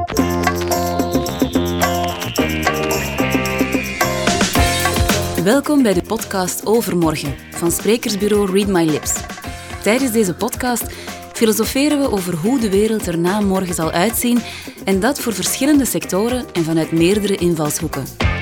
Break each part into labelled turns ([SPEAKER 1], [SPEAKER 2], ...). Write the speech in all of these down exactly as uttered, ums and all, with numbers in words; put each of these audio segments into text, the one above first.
[SPEAKER 1] Welkom bij de podcast Overmorgen van sprekersbureau Read My Lips. Tijdens deze podcast filosoferen we over hoe de wereld er na morgen zal uitzien en dat voor verschillende sectoren en vanuit meerdere invalshoeken.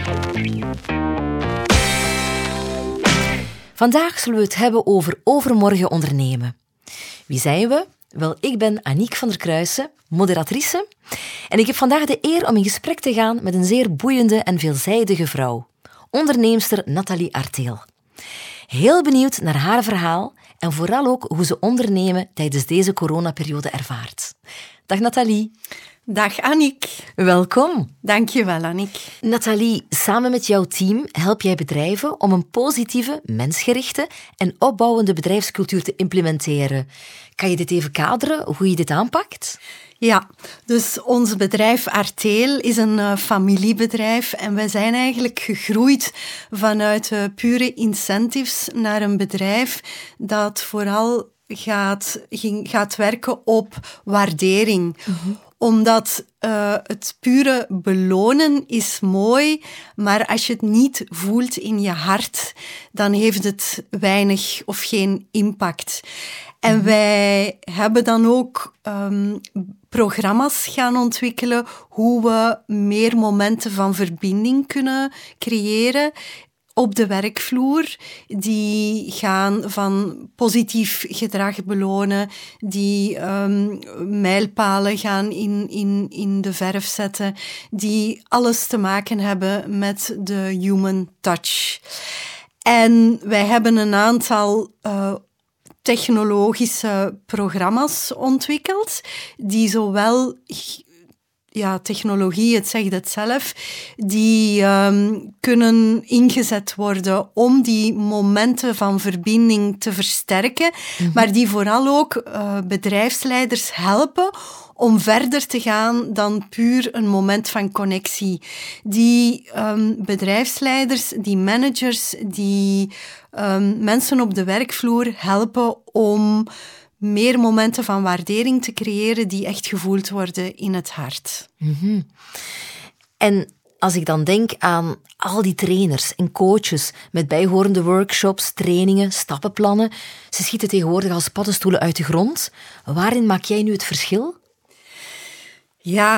[SPEAKER 2] Vandaag zullen we het hebben over overmorgen ondernemen. Wie zijn we? Wel, ik ben Aniek van der Kruijsen, moderatrice. En ik heb vandaag de eer om in gesprek te gaan met een zeer boeiende en veelzijdige vrouw. Onderneemster Nathalie Arteel. Heel benieuwd naar haar verhaal en vooral ook hoe ze ondernemen tijdens deze coronaperiode ervaart. Dag Nathalie.
[SPEAKER 3] Dag Aniek.
[SPEAKER 2] Welkom.
[SPEAKER 3] Dank je wel, Aniek.
[SPEAKER 2] Nathalie, samen met jouw team help jij bedrijven om een positieve, mensgerichte en opbouwende bedrijfscultuur te implementeren. Kan je dit even kaderen, hoe je dit aanpakt?
[SPEAKER 3] Ja, dus ons bedrijf Arteel is een uh, familiebedrijf en wij zijn eigenlijk gegroeid vanuit uh, pure incentives naar een bedrijf dat vooral gaat, ging, gaat werken op waardering. Mm-hmm. Omdat uh, het pure belonen is mooi, maar als je het niet voelt in je hart, dan heeft het weinig of geen impact. En mm-hmm. wij hebben dan ook um, programma's gaan ontwikkelen hoe we meer momenten van verbinding kunnen creëren op de werkvloer, die gaan van positief gedrag belonen, die um, mijlpalen gaan in, in, in de verf zetten, die alles te maken hebben met de human touch. En wij hebben een aantal uh, technologische programma's ontwikkeld, die zowel... Ja, technologie, het zegt het zelf, die um, kunnen ingezet worden om die momenten van verbinding te versterken, mm-hmm. maar die vooral ook uh, bedrijfsleiders helpen om verder te gaan dan puur een moment van connectie. Die um, bedrijfsleiders, die managers, die um, mensen op de werkvloer helpen om meer momenten van waardering te creëren die echt gevoeld worden in het hart.
[SPEAKER 2] Mm-hmm. En als ik dan denk aan al die trainers en coaches met bijhorende workshops, trainingen, stappenplannen, ze schieten tegenwoordig als paddenstoelen uit de grond. Waarin maak jij nu het verschil?
[SPEAKER 3] Ja,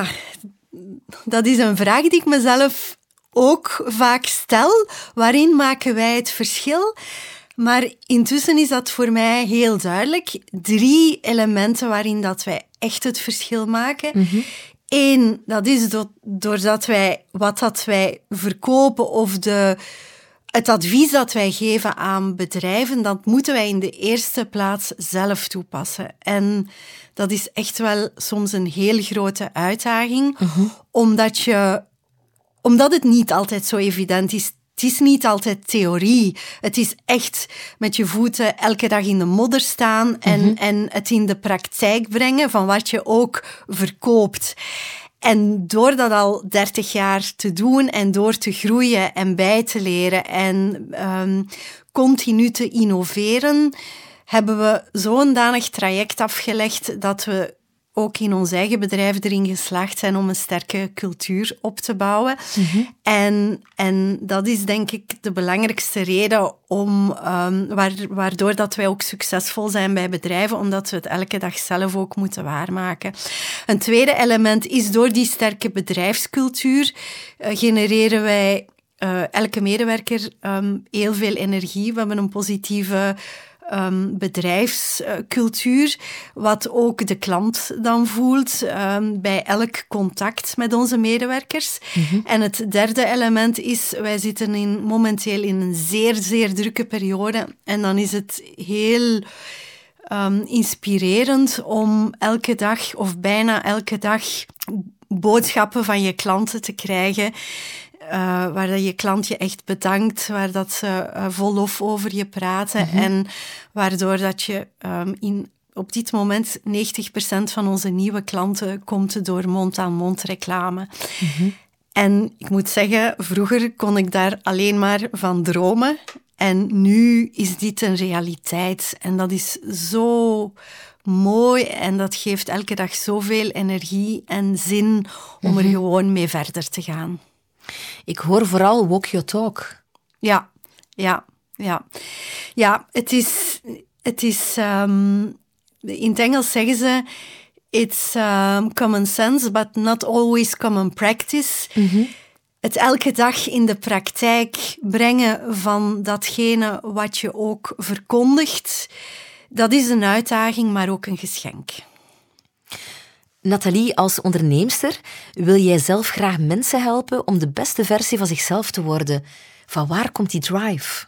[SPEAKER 3] dat is een vraag die ik mezelf ook vaak stel. Waarin maken wij het verschil? Maar intussen is dat voor mij heel duidelijk. Drie elementen waarin dat wij echt het verschil maken. Mm-hmm. Eén, dat is do- doordat wij wat dat wij verkopen of de, het advies dat wij geven aan bedrijven, dat moeten wij in de eerste plaats zelf toepassen. En dat is echt wel soms een heel grote uitdaging, mm-hmm. omdat je, omdat het niet altijd zo evident is. Het is niet altijd theorie. Het is echt met je voeten elke dag in de modder staan en, mm-hmm. en het in de praktijk brengen van wat je ook verkoopt. En door dat al dertig jaar te doen en door te groeien en bij te leren en um, continu te innoveren, hebben we zo'n danig traject afgelegd dat we ook in ons eigen bedrijf erin geslaagd zijn om een sterke cultuur op te bouwen. Mm-hmm. En, en dat is denk ik de belangrijkste reden om, um, waar, waardoor dat wij ook succesvol zijn bij bedrijven, omdat we het elke dag zelf ook moeten waarmaken. Een tweede element is door die sterke bedrijfscultuur uh, genereren wij uh, elke medewerker um, heel veel energie. We hebben een positieve Um, bedrijfscultuur, wat ook de klant dan voelt um, bij elk contact met onze medewerkers. Mm-hmm. En het derde element is, wij zitten in, momenteel in een zeer, zeer drukke periode en dan is het heel um, inspirerend om elke dag of bijna elke dag boodschappen van je klanten te krijgen. Uh, waar dat je klant je echt bedankt, waar dat ze uh, vol lof over je praten mm-hmm. en waardoor dat je um, in, op dit moment negentig procent van onze nieuwe klanten komt door mond-aan-mond reclame. Mm-hmm. En ik moet zeggen, vroeger kon ik daar alleen maar van dromen. En nu is dit een realiteit. En dat is zo mooi en dat geeft elke dag zoveel energie en zin om mm-hmm. er gewoon mee verder te gaan.
[SPEAKER 2] Ik hoor vooral walk your talk.
[SPEAKER 3] Ja, ja, ja. Ja, het is... Het is um, in het Engels zeggen ze... It's um, common sense, but not always common practice. Mm-hmm. Het elke dag in de praktijk brengen van datgene wat je ook verkondigt, dat is een uitdaging, maar ook een geschenk.
[SPEAKER 2] Nathalie, als onderneemster wil jij zelf graag mensen helpen om de beste versie van zichzelf te worden. Van waar komt die drive?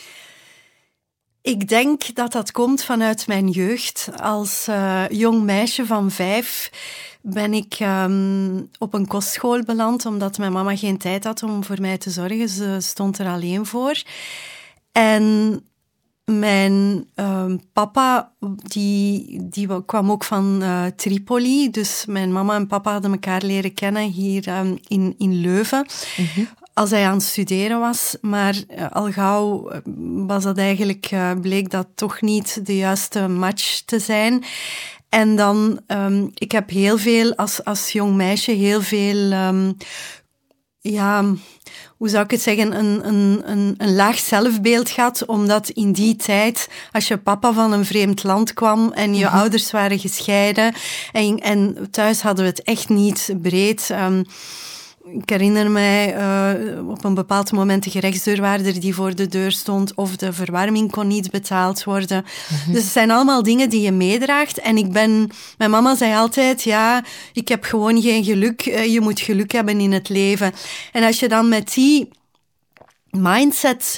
[SPEAKER 3] Ik denk dat dat komt vanuit mijn jeugd. Als uh, jong meisje van vijf ben ik um, op een kostschool beland, omdat mijn mama geen tijd had om voor mij te zorgen. Ze stond er alleen voor. En mijn uh, papa, die, die kwam ook van uh, Tripoli. Dus mijn mama en papa hadden elkaar leren kennen hier um, in, in Leuven. Mm-hmm. Als hij aan het studeren was, maar uh, al gauw was dat eigenlijk, uh, bleek dat toch niet de juiste match te zijn. En dan, um, ik heb heel veel, als, als jong meisje, heel veel, um, ja, hoe zou ik het zeggen, een, een, een, een laag zelfbeeld gehad, omdat in die tijd, als je papa van een vreemd land kwam en je mm-hmm. ouders waren gescheiden en, en thuis hadden we het echt niet breed. Um, Ik herinner mij uh, op een bepaald moment de gerechtsdeurwaarder die voor de deur stond of de verwarming kon niet betaald worden. Mm-hmm. Dus het zijn allemaal dingen die je meedraagt. En ik ben... Mijn mama zei altijd, ja, ik heb gewoon geen geluk. Uh, je moet geluk hebben in het leven. En als je dan met die mindset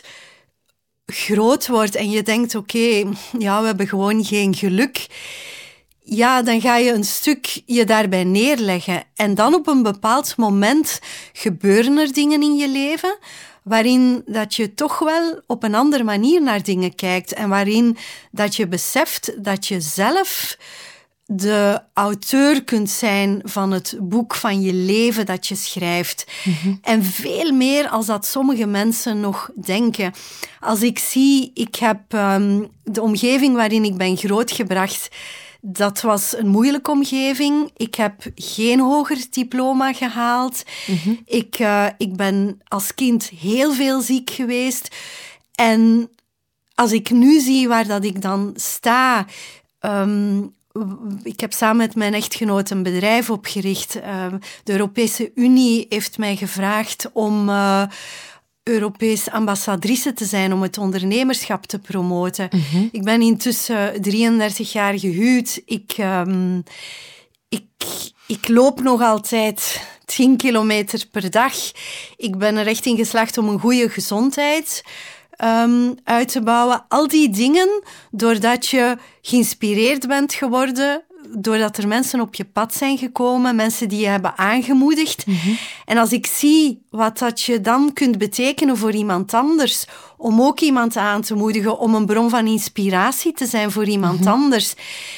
[SPEAKER 3] groot wordt en je denkt, oké, okay, ja, we hebben gewoon geen geluk... Ja, dan ga je een stuk je daarbij neerleggen. En dan op een bepaald moment gebeuren er dingen in je leven waarin dat je toch wel op een andere manier naar dingen kijkt en waarin dat je beseft dat je zelf de auteur kunt zijn van het boek van je leven dat je schrijft. Mm-hmm. En veel meer als dat sommige mensen nog denken. Als ik zie, ik heb um, de omgeving waarin ik ben grootgebracht... Dat was een moeilijke omgeving. Ik heb geen hoger diploma gehaald. Mm-hmm. Ik, uh, ik ben als kind heel veel ziek geweest. En als ik nu zie waar dat ik dan sta... Um, ik heb samen met mijn echtgenoot een bedrijf opgericht. Uh, de Europese Unie heeft mij gevraagd om... Uh, Europese ambassadrice te zijn om het ondernemerschap te promoten. Mm-hmm. Ik ben intussen drieëndertig jaar gehuwd. Ik, um, ik, ik loop nog altijd tien kilometer per dag. Ik ben er echt in geslaagd om een goede gezondheid um, uit te bouwen. Al die dingen, doordat je geïnspireerd bent geworden... doordat er mensen op je pad zijn gekomen, mensen die je hebben aangemoedigd. Mm-hmm. En als ik zie wat dat je dan kunt betekenen voor iemand anders, om ook iemand aan te moedigen, om een bron van inspiratie te zijn voor iemand mm-hmm. anders,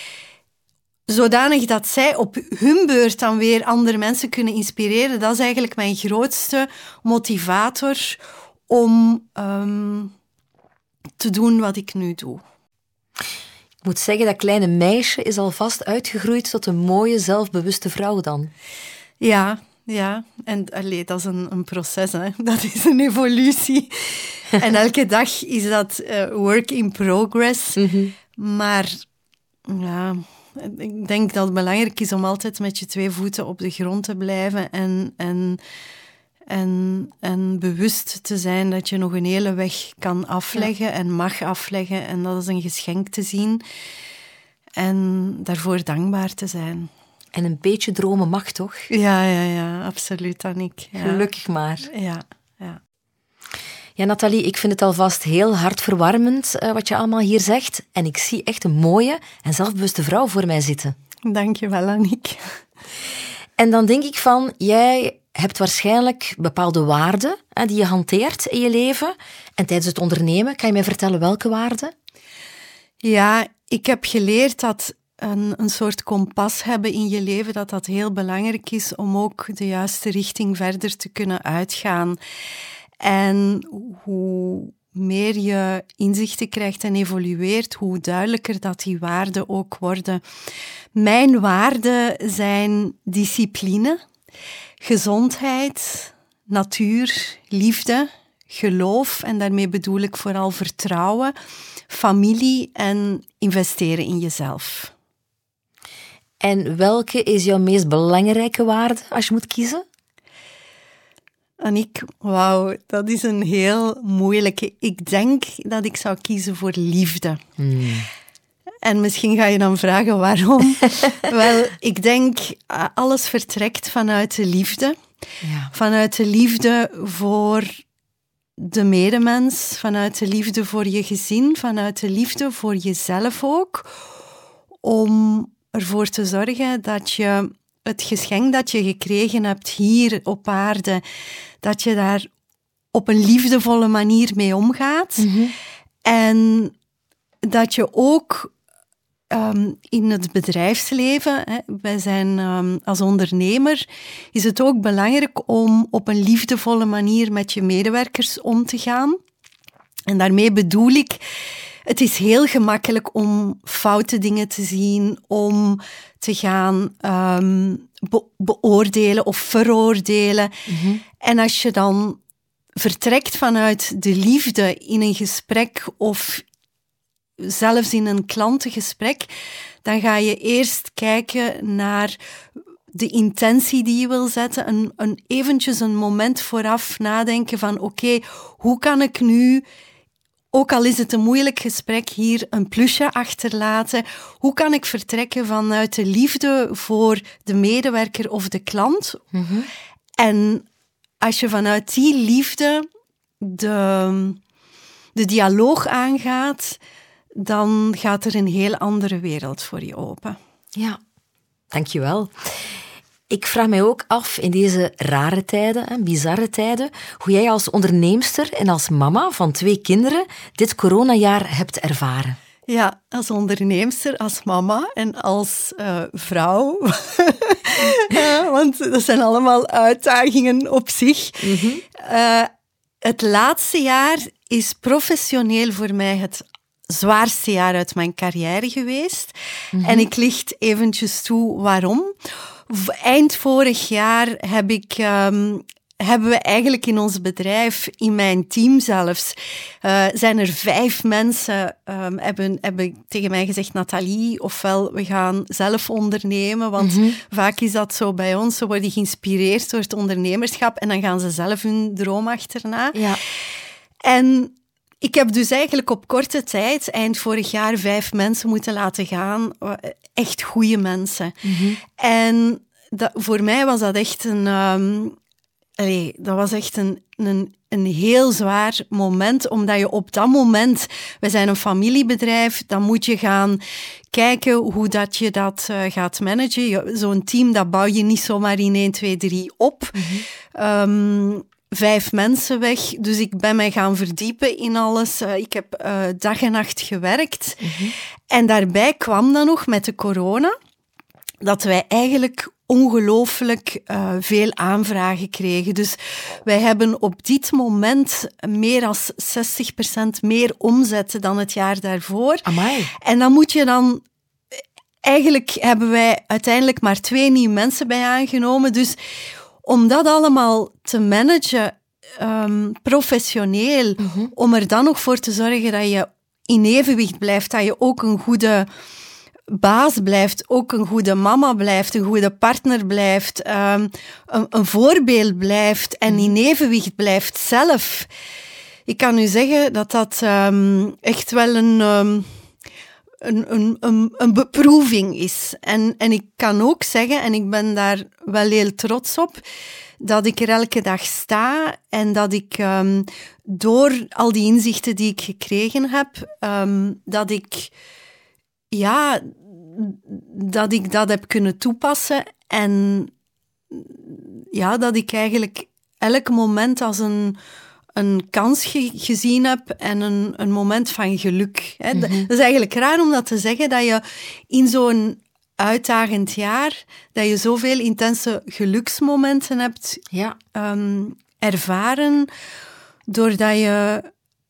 [SPEAKER 3] zodanig dat zij op hun beurt dan weer andere mensen kunnen inspireren, dat is eigenlijk mijn grootste motivator om um, te doen wat ik nu doe.
[SPEAKER 2] Ik moet zeggen, dat kleine meisje is alvast uitgegroeid tot een mooie, zelfbewuste vrouw dan.
[SPEAKER 3] Ja, ja. En allee, dat is een, een proces, hè. Dat is een evolutie. En elke dag is dat uh, work in progress. Mm-hmm. Maar ja, ik denk dat het belangrijk is om altijd met je twee voeten op de grond te blijven en... en En, en bewust te zijn dat je nog een hele weg kan afleggen ja. en mag afleggen. En dat is een geschenk te zien. En daarvoor dankbaar te zijn.
[SPEAKER 2] En een beetje dromen mag, toch?
[SPEAKER 3] Ja, ja, ja, absoluut, Annick. Ja.
[SPEAKER 2] Gelukkig maar.
[SPEAKER 3] Ja, ja.
[SPEAKER 2] Ja, Nathalie, ik vind het alvast heel hartverwarmend uh, wat je allemaal hier zegt. En ik zie echt een mooie en zelfbewuste vrouw voor mij zitten.
[SPEAKER 3] Dank je wel, Annick.
[SPEAKER 2] En dan denk ik van, jij... hebt waarschijnlijk bepaalde waarden hè, die je hanteert in je leven. En tijdens het ondernemen, kan je mij vertellen welke waarden?
[SPEAKER 3] Ja, ik heb geleerd dat een, een soort kompas hebben in je leven, dat dat heel belangrijk is om ook de juiste richting verder te kunnen uitgaan. En hoe meer je inzichten krijgt en evolueert, hoe duidelijker dat die waarden ook worden. Mijn waarden zijn discipline, gezondheid, natuur, liefde, geloof, en daarmee bedoel ik vooral vertrouwen, familie en investeren in jezelf.
[SPEAKER 2] En welke is jouw meest belangrijke waarde als je moet kiezen?
[SPEAKER 3] Aniek, wauw, dat is een heel moeilijke. Ik denk dat ik zou kiezen voor liefde.
[SPEAKER 2] Hmm.
[SPEAKER 3] En misschien ga je dan vragen waarom. Wel, ik denk, alles vertrekt vanuit de liefde.
[SPEAKER 2] Ja.
[SPEAKER 3] Vanuit de liefde voor de medemens, vanuit de liefde voor je gezin, vanuit de liefde voor jezelf ook. Om ervoor te zorgen dat je het geschenk dat je gekregen hebt hier op aarde, dat je daar op een liefdevolle manier mee omgaat.
[SPEAKER 2] Mm-hmm.
[SPEAKER 3] En dat je ook um, in het bedrijfsleven, hè, wij zijn um, als ondernemer, is het ook belangrijk om op een liefdevolle manier met je medewerkers om te gaan. En daarmee bedoel ik, het is heel gemakkelijk om foute dingen te zien, om te gaan um, be- beoordelen of veroordelen.
[SPEAKER 2] Mm-hmm.
[SPEAKER 3] En als je dan vertrekt vanuit de liefde in een gesprek of zelfs in een klantengesprek, dan ga je eerst kijken naar de intentie die je wil zetten. Een, een, eventjes een moment vooraf nadenken van oké, okay, hoe kan ik nu, ook al is het een moeilijk gesprek, hier een plusje achterlaten? Hoe kan ik vertrekken vanuit de liefde voor de medewerker of de klant?
[SPEAKER 2] Mm-hmm.
[SPEAKER 3] En als je vanuit die liefde de, de dialoog aangaat, dan gaat er een heel andere wereld voor je open.
[SPEAKER 2] Ja, dankjewel. Ik vraag mij ook af in deze rare tijden, bizarre tijden, hoe jij als onderneemster en als mama van twee kinderen dit coronajaar hebt ervaren.
[SPEAKER 3] Ja, als onderneemster, als mama en als uh, vrouw. uh, want dat zijn allemaal uitdagingen op zich.
[SPEAKER 2] Mm-hmm.
[SPEAKER 3] Uh, het laatste jaar is professioneel voor mij het zwaarste jaar uit mijn carrière geweest. Mm-hmm. En ik licht eventjes toe waarom. Eind vorig jaar heb ik, um, hebben we eigenlijk in ons bedrijf, in mijn team zelfs, uh, zijn er vijf mensen um, hebben, hebben tegen mij gezegd, Nathalie, ofwel we gaan zelf ondernemen, want
[SPEAKER 2] mm-hmm.
[SPEAKER 3] vaak is dat zo bij ons, ze worden geïnspireerd door het ondernemerschap en dan gaan ze zelf hun droom achterna.
[SPEAKER 2] Ja.
[SPEAKER 3] En ik heb dus eigenlijk op korte tijd, eind vorig jaar, vijf mensen moeten laten gaan. Echt goede mensen.
[SPEAKER 2] Mm-hmm.
[SPEAKER 3] En dat, voor mij was dat echt een... Um, allez, dat was echt een, een, een heel zwaar moment, omdat je op dat moment... We zijn een familiebedrijf, dan moet je gaan kijken hoe dat je dat uh, gaat managen. Je, zo'n team, dat bouw je niet zomaar in één, twee, drie op. Mm-hmm. Um, Vijf mensen weg, dus ik ben mij gaan verdiepen in alles. Uh, ik heb uh, dag en nacht gewerkt.
[SPEAKER 2] Mm-hmm.
[SPEAKER 3] En daarbij kwam dan nog met de corona dat wij eigenlijk ongelooflijk uh, veel aanvragen kregen. Dus wij hebben op dit moment meer dan zestig procent meer omzet dan het jaar daarvoor.
[SPEAKER 2] Amai.
[SPEAKER 3] En dan moet je dan... Eigenlijk hebben wij uiteindelijk maar twee nieuwe mensen bij aangenomen, dus... Om dat allemaal te managen, um, professioneel,
[SPEAKER 2] mm-hmm.
[SPEAKER 3] om er dan nog voor te zorgen dat je in evenwicht blijft, dat je ook een goede baas blijft, ook een goede mama blijft, een goede partner blijft, um, een, een voorbeeld blijft en in evenwicht blijft zelf. Ik kan u zeggen dat dat um, echt wel een... Um, Een, een, een, een beproeving is. En, en ik kan ook zeggen, en ik ben daar wel heel trots op, dat ik er elke dag sta en dat ik um, door al die inzichten die ik gekregen heb, um, dat ik ja, dat ik dat heb kunnen toepassen en ja, dat ik eigenlijk elk moment als een een kans ge- gezien heb en een, een moment van geluk. Hè. Mm-hmm. Dat is eigenlijk raar om dat te zeggen, dat je in zo'n uitdagend jaar, dat je zoveel intense geluksmomenten hebt
[SPEAKER 2] ja.
[SPEAKER 3] um, ervaren, doordat je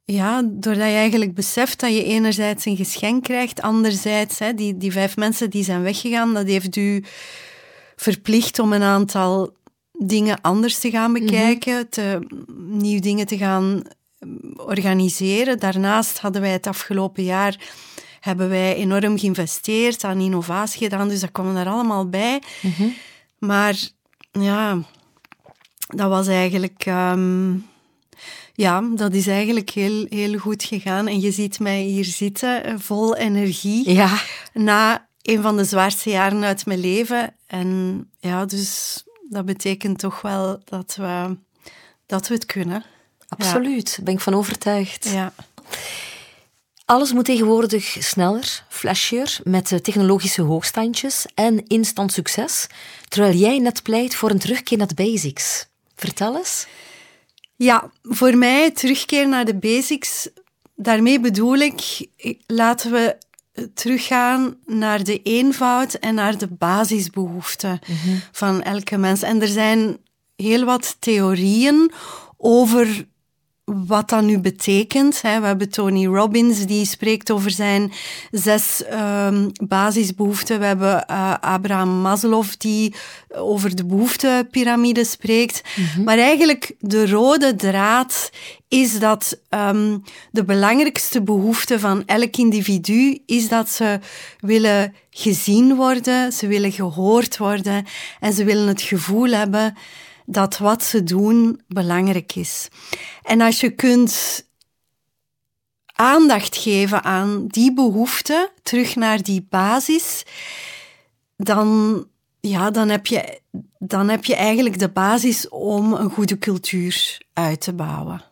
[SPEAKER 3] ja, doordat je eigenlijk beseft dat je enerzijds een geschenk krijgt, anderzijds, hè, die, die vijf mensen die zijn weggegaan, dat heeft u verplicht om een aantal dingen anders te gaan bekijken, mm-hmm. te, nieuwe dingen te gaan organiseren. Daarnaast hadden wij het afgelopen jaar hebben wij enorm geïnvesteerd, aan innovatie gedaan, dus dat kwam er allemaal bij. Mm-hmm. Maar ja, dat was eigenlijk... Um, ja, dat is eigenlijk heel, heel goed gegaan. En je ziet mij hier zitten, vol energie,
[SPEAKER 2] ja.
[SPEAKER 3] na een van de zwaarste jaren uit mijn leven. En ja, dus dat betekent toch wel dat we, dat we het kunnen.
[SPEAKER 2] Absoluut, daar ja. ben ik van overtuigd.
[SPEAKER 3] Ja.
[SPEAKER 2] Alles moet tegenwoordig sneller, flashier, met technologische hoogstandjes en instant succes, terwijl jij net pleit voor een terugkeer naar de basics. Vertel eens.
[SPEAKER 3] Ja, voor mij terugkeer naar de basics, daarmee bedoel ik, laten we teruggaan naar de eenvoud en naar de basisbehoeften mm-hmm. van elke mens. En er zijn heel wat theorieën over wat dat nu betekent. We hebben Tony Robbins, die spreekt over zijn zes um, basisbehoeften. We hebben uh, Abraham Maslow, die over de behoeftepiramide spreekt. Mm-hmm. Maar eigenlijk de rode draad is dat um, de belangrijkste behoefte van elk individu is dat ze willen gezien worden, ze willen gehoord worden en ze willen het gevoel hebben dat wat ze doen belangrijk is. En als je kunt aandacht geven aan die behoeften, terug naar die basis, dan, ja, dan, heb je, dan heb je eigenlijk de basis om een goede cultuur uit te bouwen.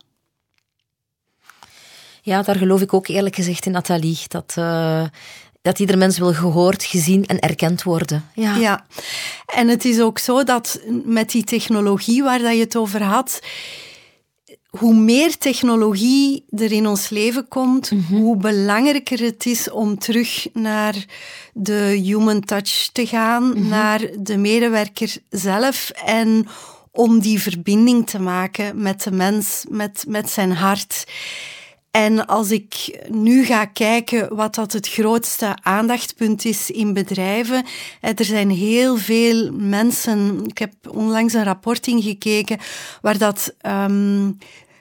[SPEAKER 2] Ja, daar geloof ik ook eerlijk gezegd in, Nathalie, dat... Uh... Dat ieder mens wil gehoord, gezien en erkend worden. Ja.
[SPEAKER 3] ja, en het is ook zo dat met die technologie waar dat je het over had, hoe meer technologie er in ons leven komt, mm-hmm. hoe belangrijker het is om terug naar de human touch te gaan, mm-hmm. naar de medewerker zelf en om die verbinding te maken met de mens, met, met zijn hart. En als ik nu ga kijken wat dat het grootste aandachtspunt is in bedrijven, er zijn heel veel mensen, ik heb onlangs een rapport ingekeken, waar dat um,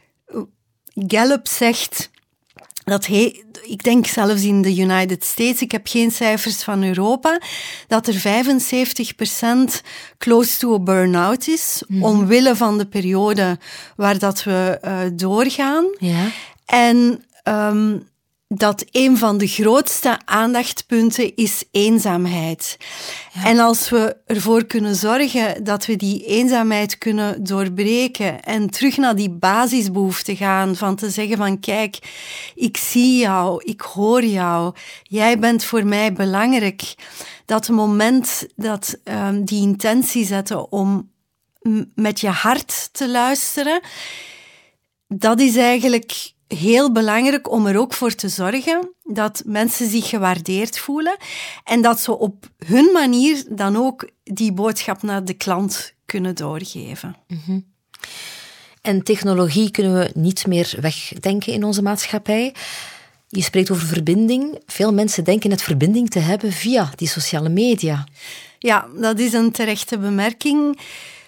[SPEAKER 3] Gallup zegt, dat he, ik denk zelfs in de United States, ik heb geen cijfers van Europa, dat er vijfenzeventig procent close to a burn-out is, mm-hmm. omwille van de periode waar dat we uh, doorgaan.
[SPEAKER 2] Ja.
[SPEAKER 3] En um, dat een van de grootste aandachtspunten is eenzaamheid. Ja. En als we ervoor kunnen zorgen dat we die eenzaamheid kunnen doorbreken en terug naar die basisbehoefte gaan van te zeggen van kijk, ik zie jou, ik hoor jou, jij bent voor mij belangrijk. Dat moment dat um, die intentie zetten om m- met je hart te luisteren, dat is eigenlijk heel belangrijk om er ook voor te zorgen dat mensen zich gewaardeerd voelen en dat ze op hun manier dan ook die boodschap naar de klant kunnen doorgeven.
[SPEAKER 2] Mm-hmm. En technologie kunnen we niet meer wegdenken in onze maatschappij. Je spreekt over verbinding. Veel mensen denken net verbinding te hebben via die sociale media.
[SPEAKER 3] Ja, dat is een terechte bemerking.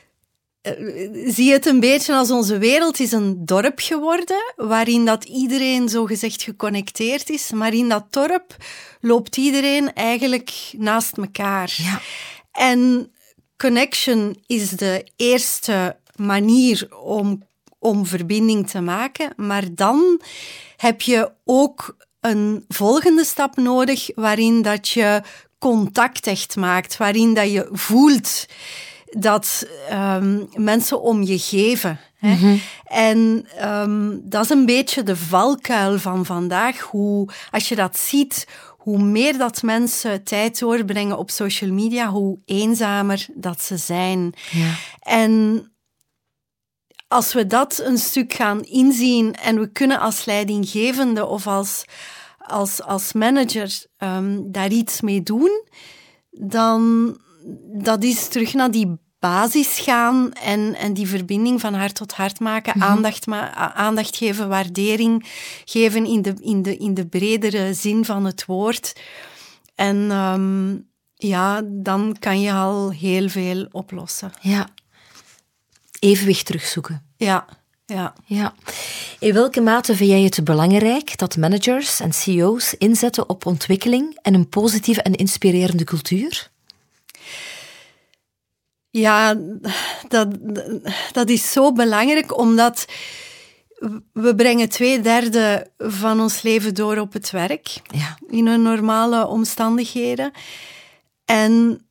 [SPEAKER 3] Zie het een beetje als onze wereld is een dorp geworden, waarin dat iedereen zogezegd geconnecteerd is, maar in dat dorp loopt iedereen eigenlijk naast elkaar.
[SPEAKER 2] Ja.
[SPEAKER 3] En connection is de eerste manier om, om verbinding te maken, maar dan heb je ook een volgende stap nodig, waarin dat je contact echt maakt, waarin dat je voelt dat um, mensen om je geven. Hè? Mm-hmm. En um, dat is een beetje de valkuil van vandaag. Hoe, als je dat ziet, hoe meer dat mensen tijd doorbrengen op social media, hoe eenzamer dat ze zijn.
[SPEAKER 2] Ja.
[SPEAKER 3] En als we dat een stuk gaan inzien en we kunnen als leidinggevende of als, als, als manager um, daar iets mee doen, dan dat is terug naar die basis gaan en, en die verbinding van hart tot hart maken, mm-hmm. aandacht, ma- aandacht geven, waardering geven in de, in, de, in de bredere zin van het woord. En um, ja, dan kan je al heel veel oplossen.
[SPEAKER 2] Ja. Evenwicht terugzoeken.
[SPEAKER 3] Ja. Ja.
[SPEAKER 2] Ja. In welke mate vind jij het belangrijk dat managers en C E O's inzetten op ontwikkeling en een positieve en inspirerende cultuur?
[SPEAKER 3] Ja, dat, dat is zo belangrijk, omdat we brengen twee derde van ons leven door op het werk.
[SPEAKER 2] Ja.
[SPEAKER 3] In een normale omstandigheden. En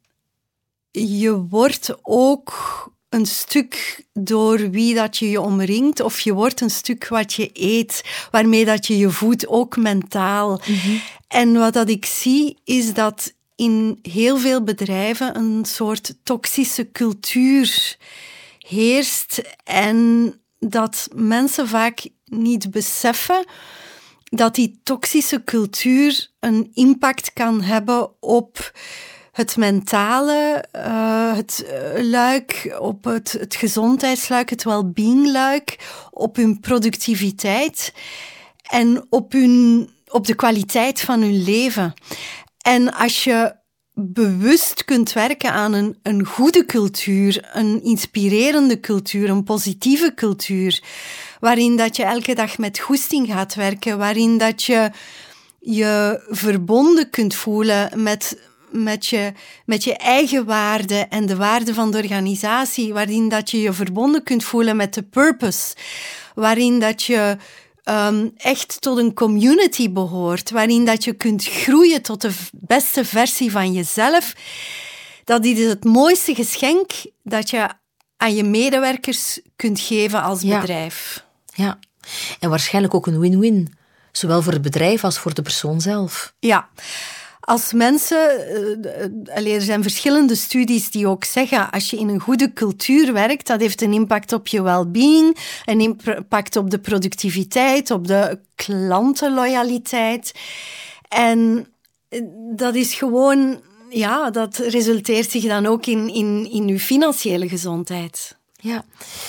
[SPEAKER 3] je wordt ook een stuk door wie dat je je omringt, of je wordt een stuk wat je eet, waarmee dat je je voedt, ook mentaal. Mm-hmm. En wat dat ik zie, is dat in heel veel bedrijven een soort toxische cultuur heerst en dat mensen vaak niet beseffen dat die toxische cultuur een impact kan hebben op het mentale, uh, het luik, op het, het gezondheidsluik, het well-being-luik, op hun productiviteit en op, hun, op de kwaliteit van hun leven. En als je bewust kunt werken aan een, een goede cultuur, een inspirerende cultuur, een positieve cultuur, waarin dat je elke dag met goesting gaat werken, waarin dat je je verbonden kunt voelen met Met je, met je eigen waarden en de waarden van de organisatie, waarin dat je je verbonden kunt voelen met de purpose, waarin dat je um, echt tot een community behoort, waarin dat je kunt groeien tot de beste versie van jezelf. Dat is het mooiste geschenk dat je aan je medewerkers kunt geven als
[SPEAKER 2] ja.
[SPEAKER 3] bedrijf.
[SPEAKER 2] Ja, en waarschijnlijk ook een win-win, zowel voor het bedrijf als voor de persoon zelf.
[SPEAKER 3] Ja. Als mensen, uh, er zijn verschillende studies die ook zeggen, als je in een goede cultuur werkt, dat heeft een impact op je well-being, een impact op de productiviteit, op de klantenloyaliteit. En dat is gewoon, ja, dat resulteert zich dan ook in, in, in je financiële gezondheid.
[SPEAKER 2] Ja.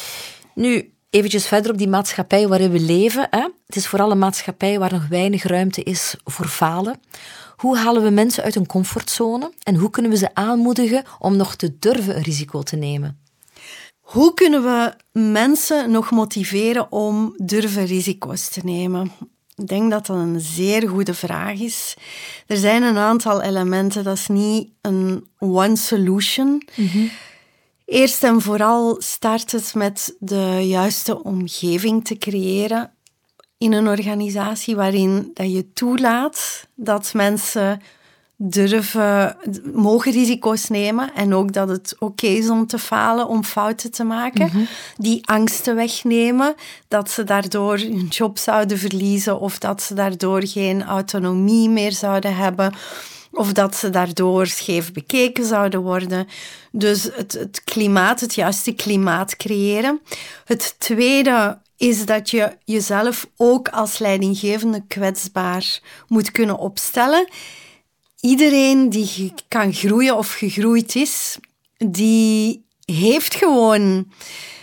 [SPEAKER 2] Nu, eventjes verder op die maatschappij waarin we leven. Hè? Het is vooral een maatschappij waar nog weinig ruimte is voor falen. Hoe halen we mensen uit een comfortzone en hoe kunnen we ze aanmoedigen om nog te durven een risico te nemen?
[SPEAKER 3] Hoe kunnen we mensen nog motiveren om durven risico's te nemen? Ik denk dat dat een zeer goede vraag is. Er zijn een aantal elementen, dat is niet een one solution. Mm-hmm. Eerst en vooral start het met de juiste omgeving te creëren in een organisatie waarin dat je toelaat dat mensen durven, mogen risico's nemen en ook dat het oké okay is om te falen, om fouten te maken. Mm-hmm. Die angsten wegnemen, dat ze daardoor hun job zouden verliezen of dat ze daardoor geen autonomie meer zouden hebben of dat ze daardoor scheef bekeken zouden worden. Dus het, het klimaat, het juiste klimaat creëren. Het tweede is dat je jezelf ook als leidinggevende kwetsbaar moet kunnen opstellen. Iedereen die kan groeien of gegroeid is, die heeft gewoon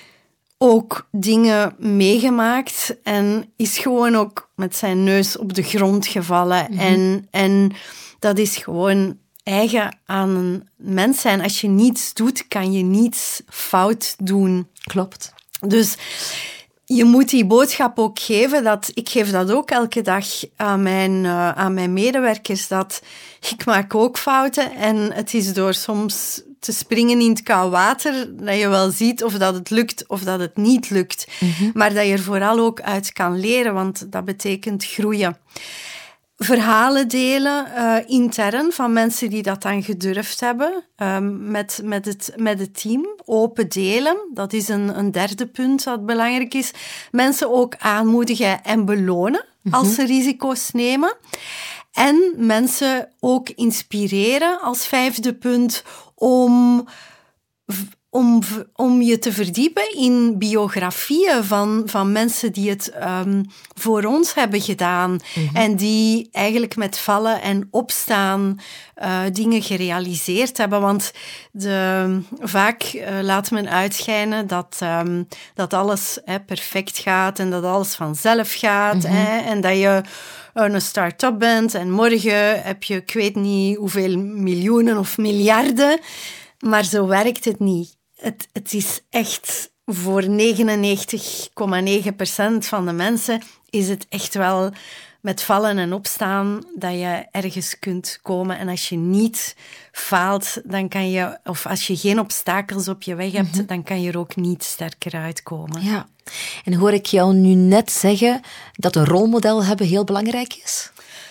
[SPEAKER 3] ook dingen meegemaakt en is gewoon ook met zijn neus op de grond gevallen. Mm-hmm. En, en dat is gewoon eigen aan een mens zijn. Als je niets doet, kan je niets fout doen.
[SPEAKER 2] Klopt.
[SPEAKER 3] Dus je moet die boodschap ook geven, dat, ik geef dat ook elke dag aan mijn, uh, aan mijn medewerkers, dat ik maak ook fouten en het is door soms te springen in het koud water dat je wel ziet of dat het lukt of dat het niet lukt. Mm-hmm. Maar dat je er vooral ook uit kan leren, want dat betekent groeien. Verhalen delen, uh, intern, van mensen die dat dan gedurfd hebben, um, met, met, het, met het team. Open delen, dat is een, een derde punt dat belangrijk is. Mensen ook aanmoedigen en belonen mm-hmm. als ze risico's nemen. En mensen ook inspireren als vijfde punt om om, om je te verdiepen in biografieën van, van mensen die het um, voor ons hebben gedaan. Mm-hmm. En die eigenlijk met vallen en opstaan uh, dingen gerealiseerd hebben. Want de, vaak uh, laat men uitschijnen dat, um, dat alles hè, perfect gaat en dat alles vanzelf gaat. Mm-hmm. Hè, en dat je een start-up bent en morgen heb je, ik weet niet hoeveel miljoenen of miljarden. Maar zo werkt het niet. Het, het is echt voor negenennegentig komma negen procent van de mensen is het echt wel met vallen en opstaan dat je ergens kunt komen. En als je niet faalt, dan kan je, of als je geen obstakels op je weg hebt, mm-hmm. dan kan je er ook niet sterker uitkomen.
[SPEAKER 2] Ja. En hoor ik jou nu net zeggen dat een rolmodel hebben heel belangrijk is?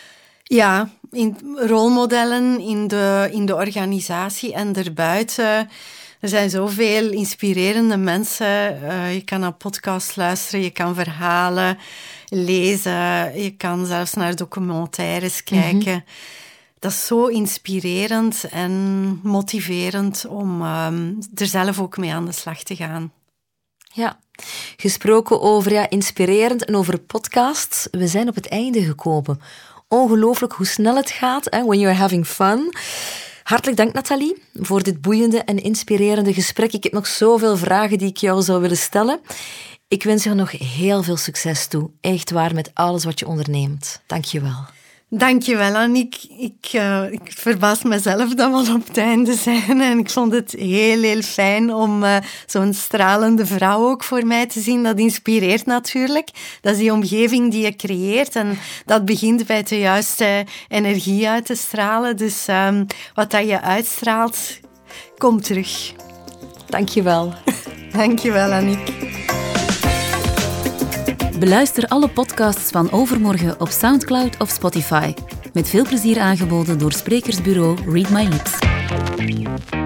[SPEAKER 3] Ja, in rolmodellen in de, in de organisatie en daarbuiten. Er zijn zoveel inspirerende mensen. Uh, je kan naar podcasts luisteren, je kan verhalen lezen, je kan zelfs naar documentaires kijken. Mm-hmm. Dat is zo inspirerend en motiverend om um, er zelf ook mee aan de slag te gaan.
[SPEAKER 2] Ja, gesproken over ja, inspirerend en over podcasts. We zijn op het einde gekomen. Ongelooflijk hoe snel het gaat, hè, when you're having fun. Hartelijk dank, Nathalie, voor dit boeiende en inspirerende gesprek. Ik heb nog zoveel vragen die ik jou zou willen stellen. Ik wens je nog heel veel succes toe. Echt waar, met alles wat je onderneemt. Dank je wel.
[SPEAKER 3] Dank je wel, Annick. Ik, uh, ik verbaas mezelf dat we al op het einde zijn. En ik vond het heel, heel fijn om uh, zo'n stralende vrouw ook voor mij te zien. Dat inspireert natuurlijk. Dat is die omgeving die je creëert. En dat begint bij de juiste energie uit te stralen. Dus um, wat dat je uitstraalt, komt terug.
[SPEAKER 2] Dank je wel.
[SPEAKER 3] Dank je wel, Annick.
[SPEAKER 1] Beluister alle podcasts van Overmorgen op Soundcloud of Spotify. Met veel plezier aangeboden door sprekersbureau Read My Lips.